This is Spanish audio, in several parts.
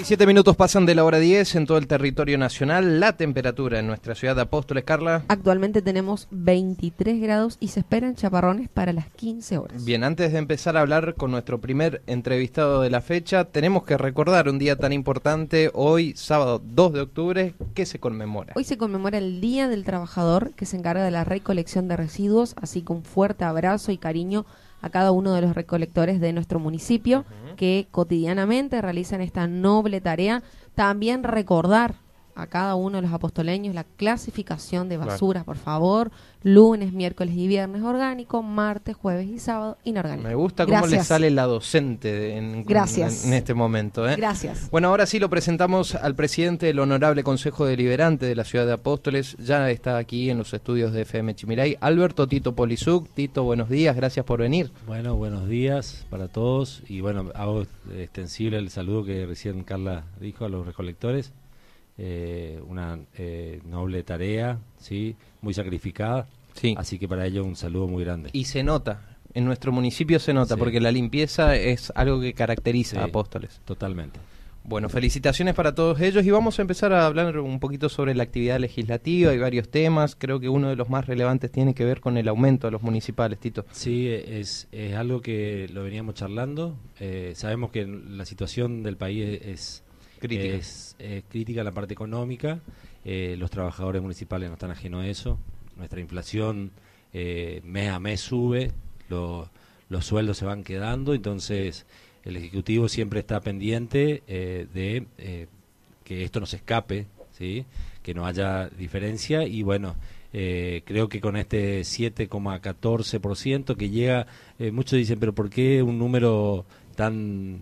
17 minutos pasan de la hora 10 en todo el territorio nacional. La temperatura en nuestra ciudad de Apóstoles, Carla. Actualmente tenemos 23 grados y se esperan chaparrones para las 15 horas. Bien, antes de empezar a hablar con nuestro primer entrevistado de la fecha, tenemos que recordar un día tan importante, hoy, sábado 2 de octubre, que se conmemora. Hoy se conmemora el Día del Trabajador, que se encarga de la recolección de residuos, así que un fuerte abrazo y cariño a cada uno de los recolectores de nuestro municipio que cotidianamente realizan esta noble tarea. También recordar a cada uno de los apostoleños la clasificación de basuras, por favor, lunes, miércoles y viernes orgánico, martes, jueves y sábado inorgánico. Me gusta cómo le sale la docente en este momento. Gracias. Bueno, ahora sí lo presentamos al presidente del Honorable Consejo Deliberante de la Ciudad de Apóstoles. Ya está aquí en los estudios de FM Chimiray, Alberto Tito Polizuc. Tito, buenos días, gracias por venir. Bueno, buenos días para todos y bueno, hago extensible el saludo que recién Carla dijo a los recolectores. Una noble tarea, sí, muy sacrificada, sí. Así que para ello un saludo muy grande. Y se nota, en nuestro municipio se nota, sí, porque la limpieza es algo que caracteriza a Apóstoles. Totalmente. Bueno, felicitaciones para todos ellos y vamos a empezar a hablar un poquito sobre la actividad legislativa. Hay varios temas, creo que uno de los más relevantes tiene que ver con el aumento de los municipales, Tito. Sí, es algo que lo veníamos charlando. Sabemos que la situación del país es crítica. Es crítica la parte económica, los trabajadores municipales no están ajenos a eso, nuestra inflación mes a mes sube, los sueldos se van quedando, entonces el Ejecutivo siempre está pendiente de que esto no se escape, ¿sí? Que no haya diferencia y bueno, creo que con este 7,14% que llega, muchos dicen, pero ¿por qué un número tan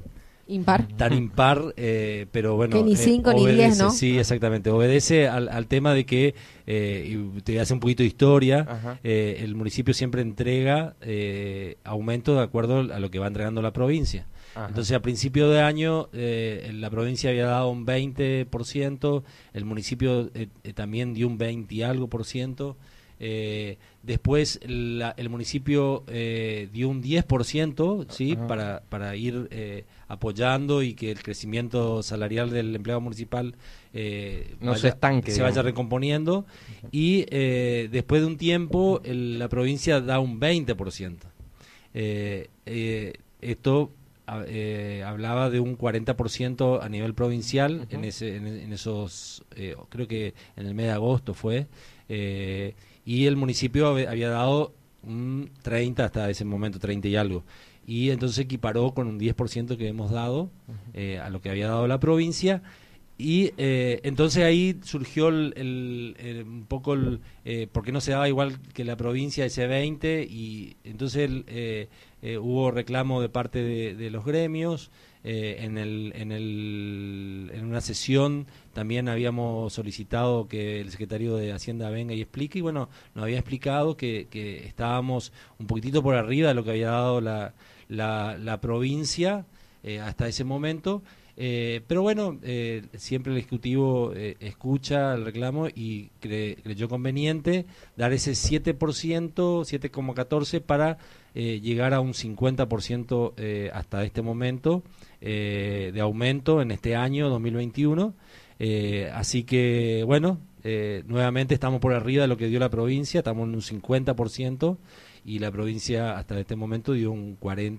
impar, pero bueno, que ni 5 ni 10, ¿no? Sí, exactamente, obedece al tema de que, y te hace un poquito de historia, el municipio siempre entrega aumentos de acuerdo a lo que va entregando la provincia. Ajá. Entonces a principio de año la provincia había dado un 20%, el municipio también dio un 20 y algo por ciento. Después el municipio dio un 10%, ¿sí? para ir apoyando y que el crecimiento salarial del empleado municipal no se estanque, se vaya recomponiendo. Y después de un tiempo la provincia da un 20%. Esto hablaba de un 40% a nivel provincial en esos, creo que en el mes de agosto fue. Y el municipio había dado un 30 hasta ese momento, 30 y algo. Y entonces equiparó con un 10% que hemos dado a lo que había dado la provincia. Y entonces ahí surgió un poco por qué no se daba igual que la provincia ese 20, y entonces hubo reclamo de parte de los gremios. En una sesión también habíamos solicitado que el secretario de Hacienda venga y explique, y bueno, nos había explicado que estábamos un poquitito por arriba de lo que había dado la provincia hasta ese momento. Pero bueno, siempre el Ejecutivo escucha el reclamo y creyó conveniente dar ese 7%, 7,14% para llegar a un 50% hasta este momento de aumento en este año 2021. Así que bueno, nuevamente estamos por arriba de lo que dio la provincia, estamos en un 50%. Y la provincia hasta este momento dio un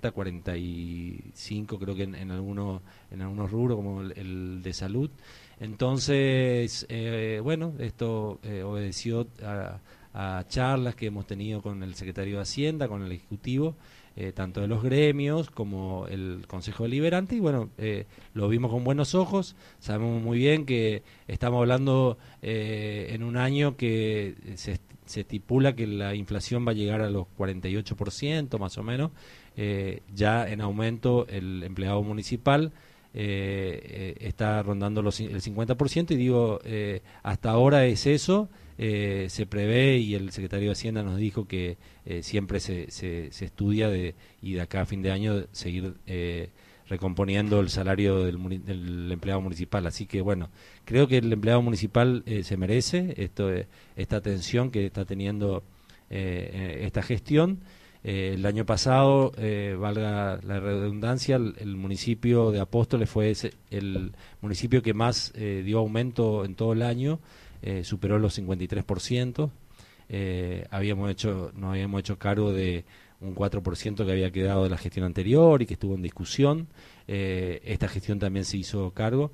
45, creo que en algunos rubros, como el de salud. Entonces, bueno, esto obedeció a charlas que hemos tenido con el secretario de Hacienda, con el Ejecutivo, tanto de los gremios como el Consejo Deliberante, y bueno, lo vimos con buenos ojos. Sabemos muy bien que estamos hablando en un año que se estipula que la inflación va a llegar a los 48% más o menos, ya en aumento el empleado municipal está rondando el 50%, y digo, hasta ahora es eso. Se prevé, y el secretario de Hacienda nos dijo que siempre se estudia y de acá a fin de año seguir recomponiendo el salario del empleado municipal. Así que bueno, creo que el empleado municipal se merece esta atención que está teniendo esta gestión. El año pasado, valga la redundancia, el municipio de Apóstoles fue el municipio que más dio aumento en todo el año, superó los 53%. Nos habíamos hecho cargo de un 4% que había quedado de la gestión anterior y que estuvo en discusión. Esta gestión también se hizo cargo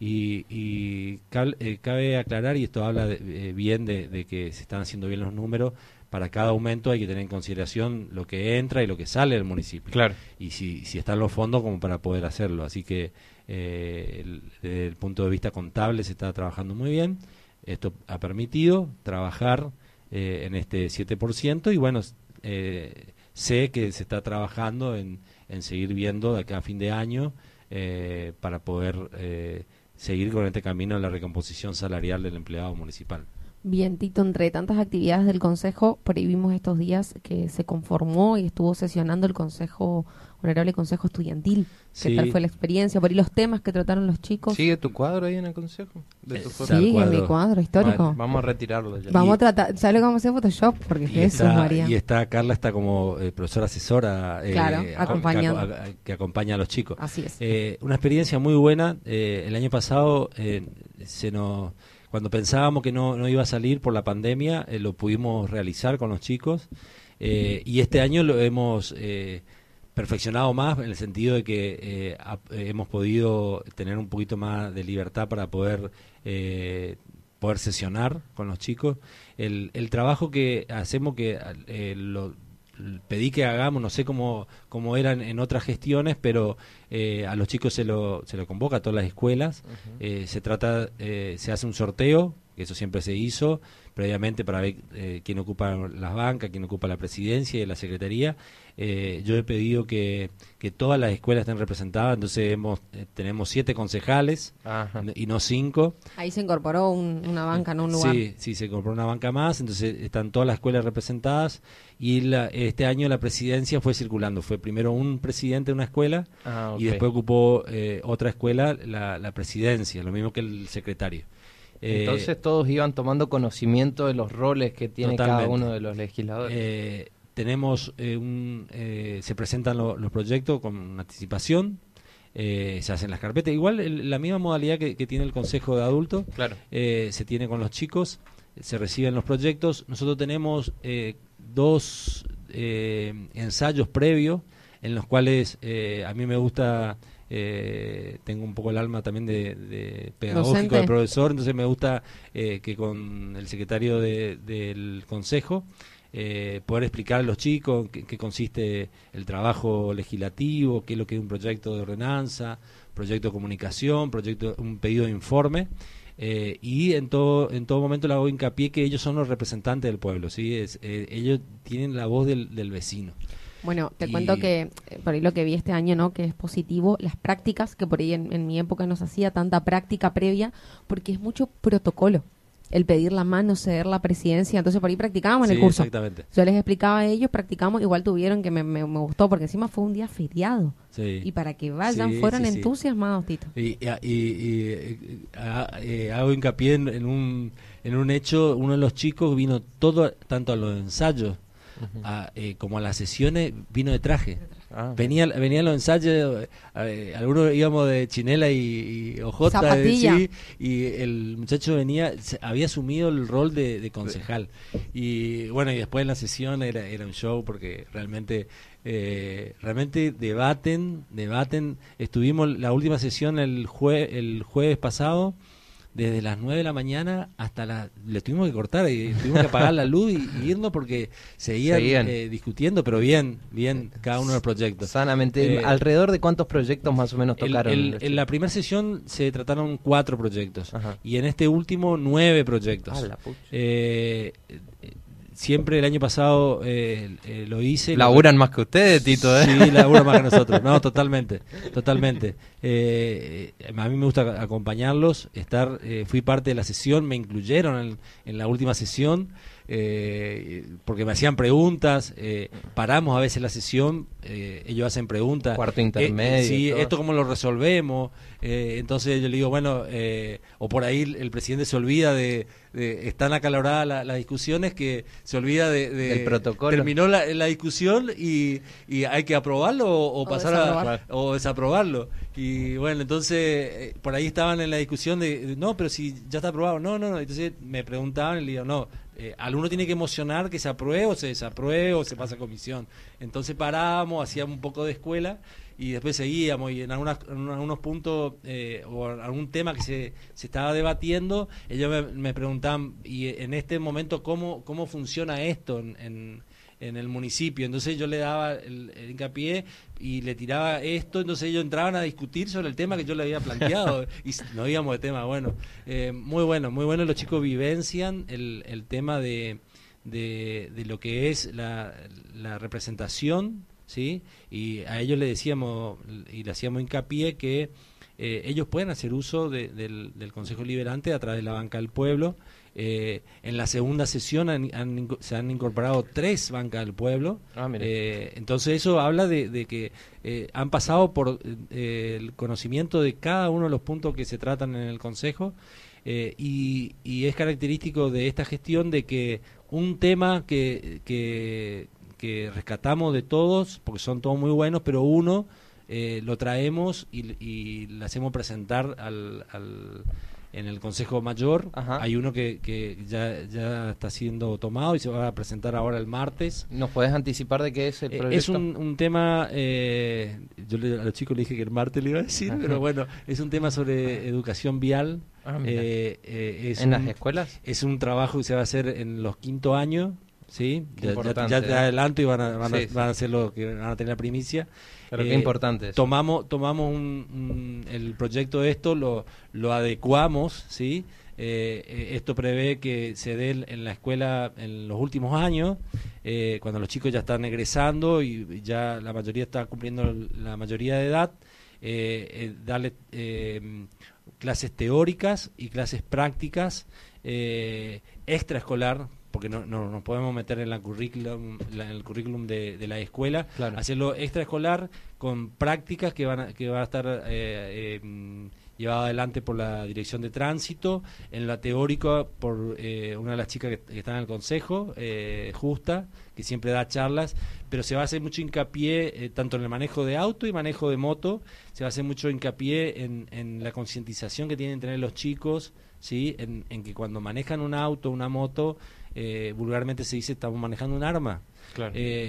y cabe aclarar, y esto habla bien de que se están haciendo bien los números. Para cada aumento hay que tener en consideración lo que entra y lo que sale del municipio. Claro. Y si están los fondos como para poder hacerlo. Así que desde el punto de vista contable se está trabajando muy bien. Esto ha permitido trabajar en este 7% y bueno, sé que se está trabajando en seguir viendo de acá a fin de año para poder seguir con este camino de la recomposición salarial del empleado municipal. Bien, Tito, entre tantas actividades del Consejo, por ahí vimos estos días que se conformó y estuvo sesionando el Honorable Consejo Estudiantil. ¿Qué tal fue la experiencia? Por ahí los temas que trataron los chicos. ¿Sigue tu cuadro ahí en el Consejo? Sigue mi cuadro histórico. Vamos a retirarlo ya. Vamos a tratar, ¿sabes lo que vamos a hacer? Photoshop, porque Jesús, María. Y Carla está como profesora asesora claro, acompañando. Que acompaña a los chicos. Así es. Una experiencia muy buena. El año pasado cuando pensábamos que no iba a salir por la pandemia, lo pudimos realizar con los chicos y este año lo hemos perfeccionado más en el sentido de que hemos podido tener un poquito más de libertad para poder sesionar con los chicos. El trabajo que hacemos, que pedí que hagamos, no sé cómo eran en otras gestiones, pero a los chicos se lo convoca a todas las escuelas. Se hace un sorteo, que eso siempre se hizo previamente para ver quién ocupa las bancas, quién ocupa la presidencia y la secretaría. Yo he pedido que todas las escuelas estén representadas, entonces tenemos 7 concejales. Ajá. Y no 5. Ahí se incorporó una banca, ¿no? Un lugar. Sí, se incorporó una banca más, entonces están todas las escuelas representadas y este año la presidencia fue circulando. Fue primero un presidente de una escuela y después ocupó otra escuela la presidencia, lo mismo que el secretario. Entonces todos iban tomando conocimiento de los roles que tiene cada uno de los legisladores. Tenemos se presentan los proyectos con anticipación, se hacen las carpetas, igual la misma modalidad que tiene el Consejo de Adultos. Claro. Se tiene con los chicos, se reciben los proyectos. Nosotros tenemos 2 ensayos previos en los cuales a mí me gusta. Tengo un poco el alma también de pedagógico, docente, de profesor, entonces me gusta que con el secretario del consejo poder explicar a los chicos qué consiste el trabajo legislativo, qué es lo que es un proyecto de ordenanza, proyecto de comunicación, un pedido de informe. Y en todo momento le hago hincapié que ellos son los representantes del pueblo, ¿sí? Ellos tienen la voz del vecino. Bueno, te cuento que por ahí lo que vi este año, ¿no? Que es positivo, las prácticas, que por ahí en mi época no se hacía tanta práctica previa, porque es mucho protocolo. El pedir la mano, ceder la presidencia, entonces por ahí practicábamos en el curso. Exactamente. Yo les explicaba a ellos, practicamos, igual tuvieron que me gustó, porque encima fue un día feriado. Sí. Y para que vayan, fueron entusiasmados, Tito. Y hago hincapié en un hecho, uno de los chicos vino tanto a los ensayos, como a las sesiones, vino de traje. Venía a los ensayos, algunos íbamos de chinela y ojota, y el muchacho había asumido el rol de concejal. Y bueno, y después en la sesión era un show, porque realmente debaten. Estuvimos la última sesión el jueves pasado, desde las 9 de la mañana hasta le tuvimos que cortar y tuvimos que apagar la luz y irnos porque seguían. Discutiendo, pero bien cada uno de los proyectos. Sanamente. ¿Alrededor de cuántos proyectos más o menos tocaron? En la primera sesión se trataron 4 proyectos. Ajá. Y en este último 9 proyectos. Siempre el año pasado lo hice. Laburan más que ustedes, Tito, ¿eh? Sí, laburan más que nosotros. No, totalmente. A mí me gusta acompañarlos, fui parte de la sesión, me incluyeron en la última sesión, porque me hacían preguntas, paramos a veces la sesión, ellos hacen preguntas. Cuarto intermedio. Sí, esto cómo lo resolvemos. Entonces yo le digo, bueno, o por ahí el presidente se olvida de están acaloradas las discusiones, que se olvida del protocolo. Terminó la discusión y hay que aprobarlo o pasar o desaprobarlo. Y bueno, entonces por ahí estaban en la discusión de no, pero si ya está aprobado. No. Entonces me preguntaban y le digo, no, alguno tiene que emocionar que se apruebe o se desapruebe o se pasa a comisión. Entonces parábamos, hacíamos un poco de escuela y después seguíamos, y en algunos puntos o algún tema que se estaba debatiendo, ellos me preguntaban, y en este momento cómo funciona esto en el municipio. Entonces yo le daba el hincapié y le tiraba esto, entonces ellos entraban a discutir sobre el tema que yo le había planteado y nos íbamos de tema. Bueno, muy bueno, los chicos vivencian el tema de lo que es la representación, ¿sí? Y a ellos le decíamos y le hacíamos hincapié que ellos pueden hacer uso del Consejo Deliberante a través de la banca del pueblo. En la segunda sesión se han incorporado 3 bancas del pueblo. Entonces eso habla de que han pasado por el conocimiento de cada uno de los puntos que se tratan en el Consejo. Y es característico de esta gestión de que un tema que rescatamos de todos, porque son todos muy buenos, pero uno lo traemos y le hacemos presentar en el Consejo Mayor. Ajá. Hay uno que ya está siendo tomado y se va a presentar ahora el martes. ¿Nos podés anticipar de qué es el proyecto? Es un tema, yo a los chicos le dije que el martes le iba a decir, pero bueno, es un tema sobre educación vial. ¿En las escuelas? Es un trabajo que se va a hacer en los 5th años. Sí, ya te adelanto y van a hacer lo que van a tener la primicia. Pero qué importante es. Tomamos el proyecto de esto, lo adecuamos, ¿sí? Esto prevé que se dé en la escuela en los últimos años, cuando los chicos ya están egresando y ya la mayoría está cumpliendo la mayoría de edad, darle clases teóricas y clases prácticas extraescolar, porque no nos podemos meter en el currículum de la escuela, claro. Hacerlo extraescolar con prácticas que va a estar llevado adelante por la Dirección de Tránsito, en la teórica por una de las chicas que está en el Consejo, Justa, que siempre da charlas, pero se va a hacer mucho hincapié tanto en el manejo de auto y manejo de moto, se va a hacer mucho hincapié en la concientización que tienen que tener los chicos, ¿sí? En que cuando manejan un auto, una moto, vulgarmente se dice estamos manejando un arma. Claro.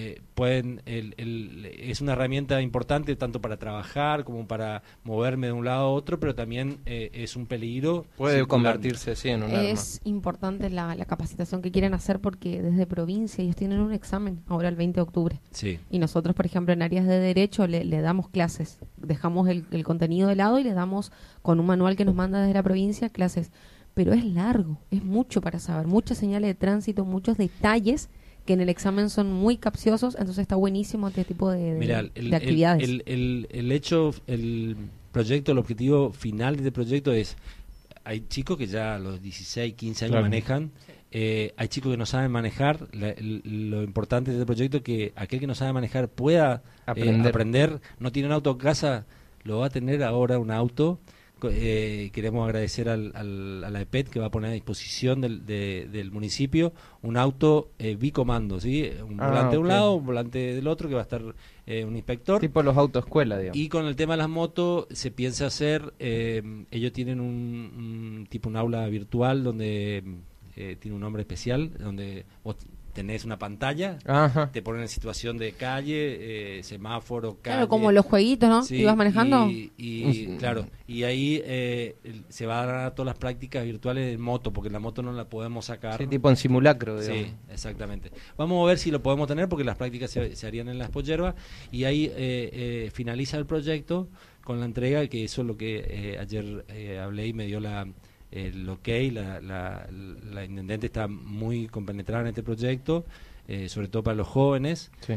Es una herramienta importante tanto para trabajar como para moverme de un lado a otro, pero también es un peligro. Puede convertirse en un arma. Es importante la capacitación que quieren hacer, porque desde provincia ellos tienen un examen ahora el 20 de octubre. Sí. Y nosotros, por ejemplo, en áreas de derecho le damos clases, dejamos el contenido de lado y les damos con un manual que nos manda desde la provincia clases. Pero es largo, es mucho para saber, muchas señales de tránsito, muchos detalles que en el examen son muy capciosos, entonces está buenísimo este tipo de actividades. El proyecto, el objetivo final de este proyecto es, hay chicos que ya a los 16, 15 años manejan, hay chicos que no saben manejar, lo importante de este proyecto es que aquel que no sabe manejar pueda aprender, no tiene un auto en casa, lo va a tener ahora un auto. Queremos agradecer a la EPET, que va a poner a disposición del municipio un auto bicomando, ¿sí? Un volante de un lado, un volante del otro, que va a estar un inspector. Tipo los autoescuela, digamos. Y con el tema de las motos se piensa hacer, ellos tienen un aula virtual donde tiene un nombre especial, donde vos tenés una pantalla, ajá, te ponen en situación de calle, semáforo, calle. Claro, como los jueguitos, ¿no? Sí, ¿Y vas manejando? Claro, y ahí se va a dar todas las prácticas virtuales de moto, porque la moto no la podemos sacar. Sí, tipo en simulacro, digamos. Sí, exactamente. Vamos a ver si lo podemos tener, porque las prácticas se harían en la Expoyerba, y ahí finaliza el proyecto con la entrega, que eso es lo que ayer hablé y me dio el ok, la intendente está muy compenetrada en este proyecto, sobre todo para los jóvenes. Sí.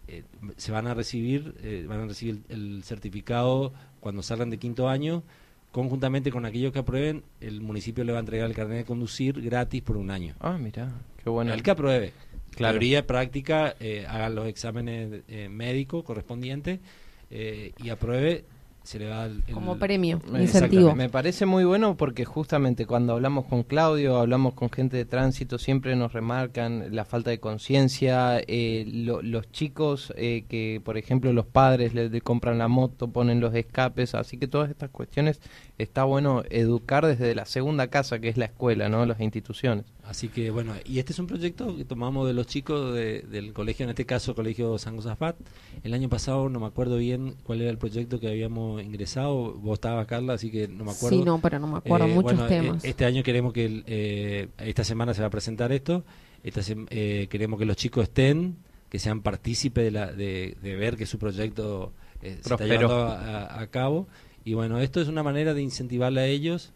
Se van a recibir el certificado cuando salgan de 5º año conjuntamente con aquellos que aprueben, el municipio le va a entregar el carnet de conducir gratis por un año. Ah, mira, qué bueno. El que apruebe. Claro. Teoría, práctica, haga los exámenes médicos correspondientes y apruebe, se le va como premio, incentivo. Me parece muy bueno porque justamente cuando hablamos con Claudio, hablamos con gente de tránsito, siempre nos remarcan la falta de conciencia, los chicos que, por ejemplo, los padres les compran la moto, ponen los escapes, así que todas estas cuestiones está bueno educar desde la segunda casa, que es la escuela, ¿no? Las instituciones. Así que bueno, y este es un proyecto que tomamos de los chicos del colegio, en este caso Colegio San Josafat. El año pasado no me acuerdo bien cuál era el proyecto que habíamos ingresado, vos estabas, Carla, así que no me acuerdo. Sí, no, pero no me acuerdo muchos temas. Este año queremos que, esta semana se va a presentar esto, queremos que los chicos estén, que sean partícipes de ver que su proyecto se está llevando a cabo. Y bueno, esto es una manera de incentivarle a ellos.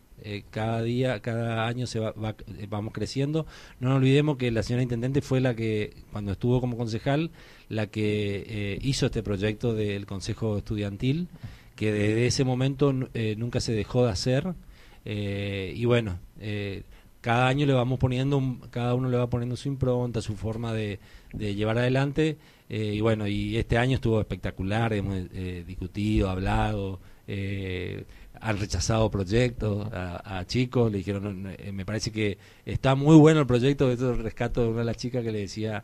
Cada año vamos creciendo. No nos olvidemos que la señora intendente fue la que, cuando estuvo como concejal, la que hizo este proyecto del Consejo Estudiantil, que desde ese momento nunca se dejó de hacer. Y bueno, cada año le vamos poniendo, cada uno le va poniendo su impronta, su forma de llevar adelante. Y bueno, y este año estuvo espectacular, hemos discutido, hablado. Han rechazado proyectos a chicos, le dijeron, me parece que está muy bueno el proyecto. Esto rescato de una de las chicas que le decía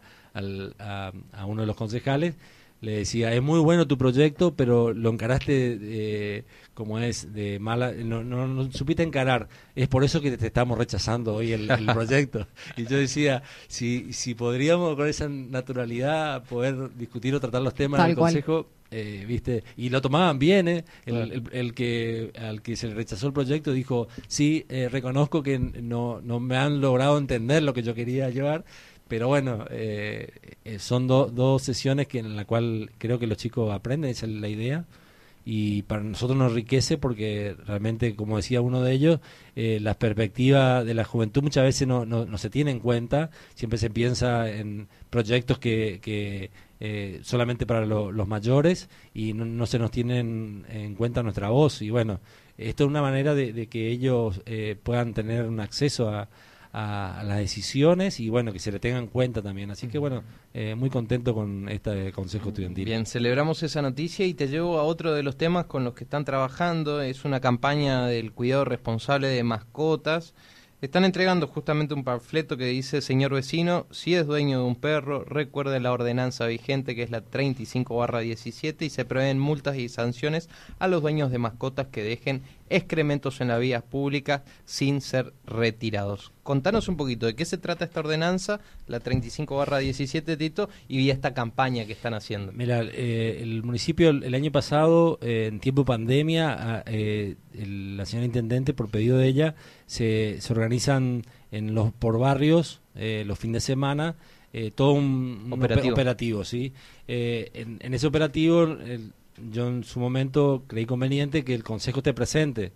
a uno de los concejales, le decía, es muy bueno tu proyecto, pero lo encaraste como es, de mala, no supiste encarar, es por eso que te estamos rechazando hoy el proyecto. Y yo decía, si podríamos con esa naturalidad poder discutir o tratar los temas del consejo, viste, y lo tomaban bien, al que se le rechazó el proyecto dijo, sí, reconozco que no me han logrado entender lo que yo quería llevar, pero bueno, son dos sesiones en la cual creo que los chicos aprenden, esa es la idea, y para nosotros nos enriquece porque realmente, como decía uno de ellos, las perspectivas de la juventud muchas veces no se tiene en cuenta, siempre se piensa en proyectos que solamente para los mayores y no se nos tienen en cuenta nuestra voz. Y bueno, esto es una manera de que ellos puedan tener un acceso a las decisiones y bueno, que se le tengan en cuenta también. Así que bueno, muy contento con este Consejo Estudiantil. Bien, celebramos esa noticia y te llevo a otro de los temas con los que están trabajando. Es una campaña del cuidado responsable de mascotas. Están entregando justamente un panfleto que dice: señor vecino, si es dueño de un perro, recuerde la ordenanza vigente, que es la 35/17, y se prevén multas y sanciones a los dueños de mascotas que dejen excrementos en las vías públicas sin ser retirados. Contanos un poquito de qué se trata esta ordenanza, la 35/17, Tito, y esta campaña que están haciendo. Mira, el municipio el año pasado, en tiempo de pandemia, la señora intendente, por pedido de ella, se organizan por barrios los fines de semana, todo un operativo, ¿sí? En ese operativo, yo en su momento creí conveniente que el consejo esté presente.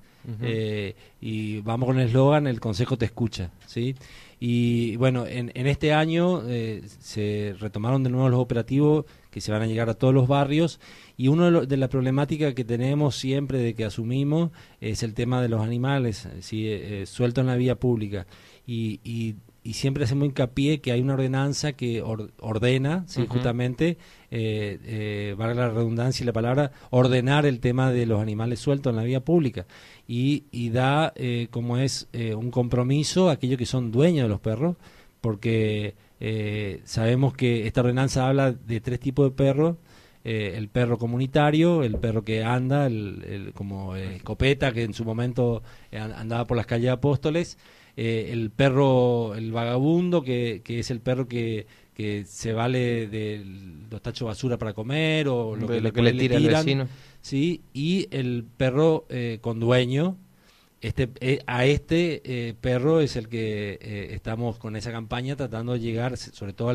Y vamos con el eslogan: el consejo te escucha, ¿sí? Y bueno, en este año se retomaron de nuevo los operativos que se van a llegar a todos los barrios, y una de las problemáticas que tenemos siempre de que asumimos es el tema de los animales, ¿sí? Sueltos en la vía pública, y siempre hacemos hincapié que hay una ordenanza que ordena, ¿sí? Justamente, valga la redundancia y la palabra, ordenar el tema de los animales sueltos en la vía pública, y da como es un compromiso a aquellos que son dueños de los perros, porque sabemos que esta ordenanza habla de 3 tipos de perros: el perro comunitario, el perro que anda, como escopeta, que en su momento andaba por las calles de Apóstoles, el perro, el vagabundo, que es el perro que se vale de los tachos de basura para comer o lo que le tiran, el vecino. Sí, y el perro con dueño. A este perro es el que estamos con esa campaña tratando de llegar, sobre todo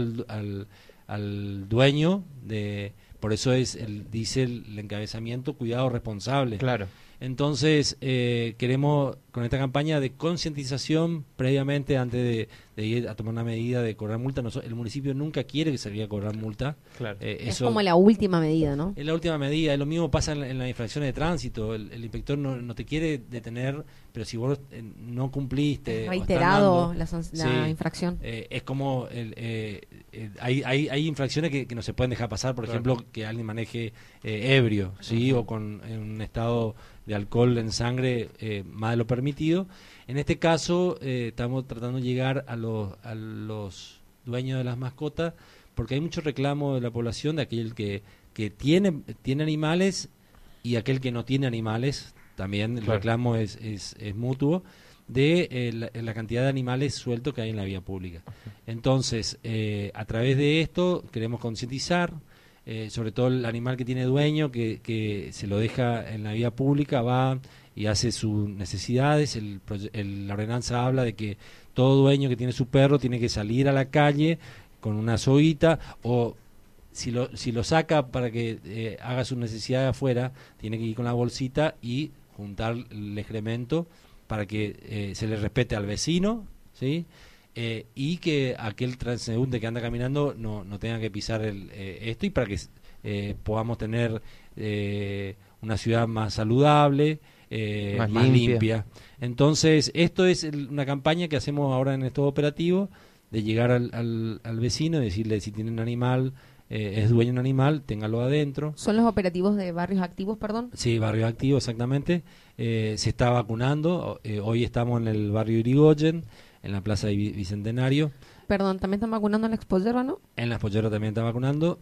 al dueño. Por eso dice el encabezamiento: cuidado responsable. Claro. Entonces, queremos con esta campaña de concientización previamente, antes de ir a tomar una medida de cobrar multa. El municipio nunca quiere que se vaya a cobrar multa. Claro. Es como la última medida, ¿no? Es la última medida. Lo mismo pasa en las infracciones de tránsito. El inspector no te quiere detener, pero si vos no cumpliste... Reiterado la sí, infracción. Es como... hay infracciones que no se pueden dejar pasar. Por ejemplo, que alguien maneje ebrio, ¿sí? O con un estado de alcohol en sangre más de lo permitido. En este caso estamos tratando de llegar a los dueños de las mascotas, porque hay mucho reclamo de la población, de aquel que tiene animales y aquel que no tiene animales. También el reclamo es mutuo de la cantidad de animales sueltos que hay en la vía pública. Entonces, a través de esto queremos concientizar, sobre todo el animal que tiene dueño, que se lo deja en la vía pública, va y hace sus necesidades. La ordenanza habla de que todo dueño que tiene su perro tiene que salir a la calle con una soguita, o si lo saca para que haga sus necesidades afuera, tiene que ir con la bolsita y juntar el excremento para que se le respete al vecino, ¿sí? Y que aquel transeúnte que anda caminando no tenga que pisar esto, y para que podamos tener una ciudad más saludable, más limpia. Entonces, esto es una campaña que hacemos ahora en estos operativos, de llegar al vecino y decirle, si tiene un animal, es dueño de un animal, téngalo adentro. ¿Son los operativos de barrios activos, perdón? Sí, barrios activos, exactamente. Se está vacunando. Hoy estamos en el barrio Irigoyen, en la plaza de Bicentenario. Perdón, ¿también están vacunando en la Expoyerba, no? En la Expoyerba también están vacunando.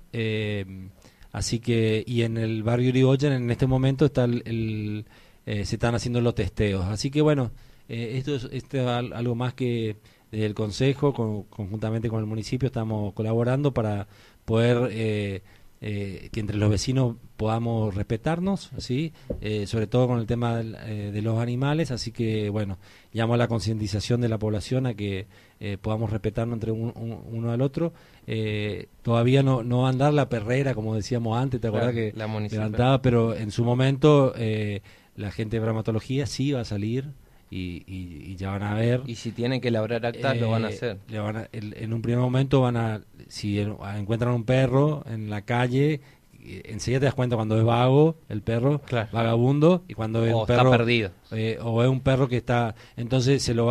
Así que, y en el barrio Irigoyen en este momento está se están haciendo los testeos. Así que bueno, esto es algo más que desde el Consejo, conjuntamente con el municipio, estamos colaborando para poder que entre los vecinos podamos respetarnos, ¿sí? Sobre todo con el tema de los animales. Así que bueno, llamo a la concientización de la población a que podamos respetarnos entre uno al otro. Todavía no va a andar la perrera, como decíamos antes, ¿te acuerdas que levantaba? Pero en su momento la gente de bromatología sí va a salir y ya van a ver. Y si tienen que labrar actas, lo van a hacer. En un primer momento si encuentran un perro en la calle, enseguida te das cuenta cuando es vago el perro, vagabundo, y cuando es un perro está perdido, o es un perro que está, entonces se lo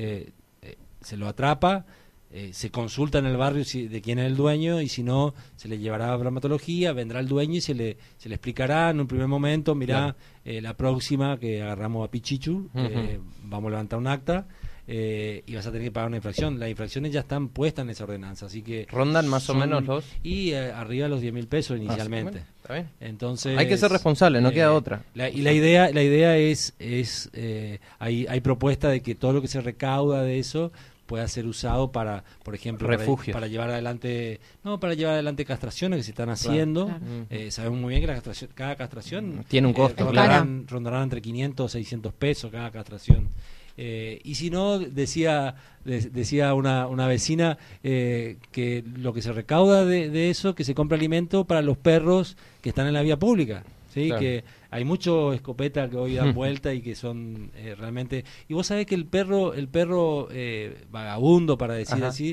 atrapa, se consulta en el barrio de quién es el dueño, y si no, se le llevará a bromatología, vendrá el dueño y se le explicará en un primer momento, mirá, la próxima que agarramos a Pichichu, vamos a levantar un acta, y vas a tener que pagar una infracción. Las infracciones ya están puestas en esa ordenanza, así que rondan más o menos los... Y arriba de los 10.000 pesos inicialmente. ¿Está bien? Entonces, hay que ser responsable, no queda otra. La idea es hay propuesta de que todo lo que se recauda de eso pueda ser usado para, por ejemplo, para llevar adelante castraciones que se están haciendo. Sabemos muy bien que cada castración tiene un costo. Rondarán entre 500 o 600 pesos cada castración. Y si no, decía una vecina que lo que se recauda de eso, que se compra alimento para los perros que están en la vía pública, ¿sí? Que hay mucho escopeta que hoy dan vuelta y que son realmente... Y vos sabés que el perro vagabundo, para decir así,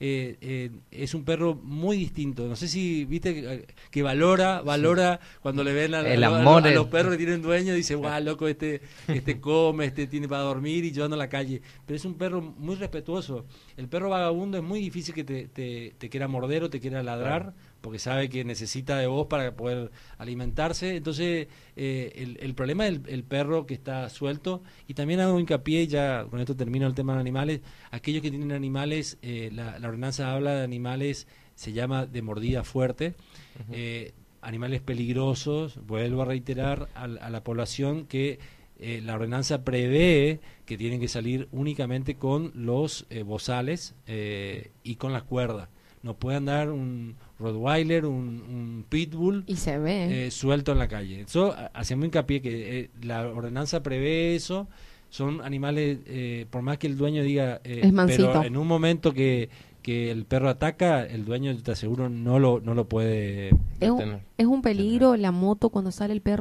es un perro muy distinto. No sé si viste que valora cuando le ven a los perros que tienen dueño, dice, guau, loco, este come, este tiene para dormir y yo ando a la calle. Pero es un perro muy respetuoso. El perro vagabundo es muy difícil que te quiera morder o te quiera ladrar, porque sabe que necesita de vos para poder alimentarse. Entonces, el problema es el perro que está suelto. Y también hago hincapié, ya con esto termino el tema de animales, aquellos que tienen animales, la ordenanza habla de animales, se llama de mordida fuerte, animales peligrosos. Vuelvo a reiterar a la población que la ordenanza prevé que tienen que salir únicamente con los bozales y con las cuerdas. No puede andar un Rottweiler, un Pitbull y se ve suelto en la calle. Eso hacemos hincapié que la ordenanza prevé eso. Son animales, por más que el dueño diga, pero en un momento que el perro ataca, el dueño, te aseguro, no lo puede detener. Es un peligro la moto cuando sale el perro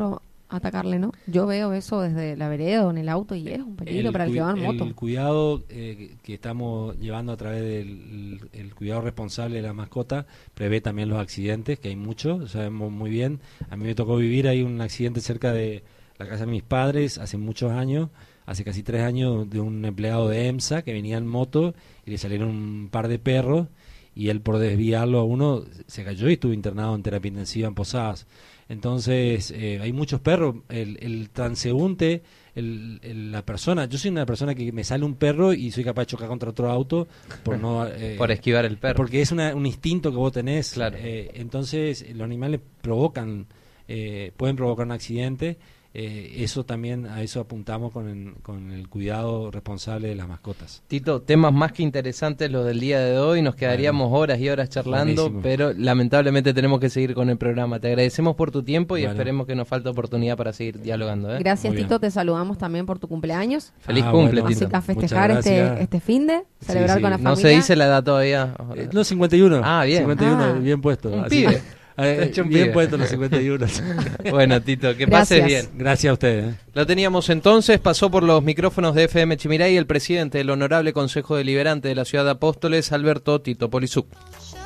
atacarle, ¿no? Yo veo eso desde la vereda o en el auto y es un peligro para el que va en moto. El cuidado que estamos llevando a través del el cuidado responsable de la mascota prevé también los accidentes, que hay muchos, sabemos muy bien. A mí me tocó vivir ahí un accidente cerca de la casa de mis padres hace muchos años, hace casi 3 años, de un empleado de EMSA que venía en moto y le salieron un par de perros y él, por desviarlo a uno, se cayó y estuvo internado en terapia intensiva en Posadas. Entonces hay muchos perros, el transeúnte, la persona, yo soy una persona que me sale un perro y soy capaz de chocar contra otro auto por no por esquivar el perro, porque es un instinto que vos tenés. Claro. Entonces los animales pueden provocar un accidente. Eso también, a eso apuntamos con el cuidado responsable de las mascotas. Tito, temas más que interesantes los del día de hoy, nos quedaríamos horas y horas charlando, buenísimo. Pero lamentablemente tenemos que seguir con el programa. Te agradecemos por tu tiempo y Bueno. esperemos que nos falte oportunidad para seguir dialogando. Gracias, Muy Tito, bien. te saludamos también por tu cumpleaños. Feliz cumple, bueno. Tito. Así que a festejar Muchas gracias. este finde, celebrar sí. con la No familia. se dice la edad todavía. No, 51. Ah, bien. 51, Ah. bien puesto. Un Así pibe. que, Hecho un bien pibe. puesto los 51. Bueno, Tito, que Gracias. pases bien. Gracias a ustedes. Lo teníamos entonces, pasó por los micrófonos de FM Chimiray el presidente del Honorable Consejo Deliberante de la Ciudad de Apóstoles, Alberto Tito Polizuc.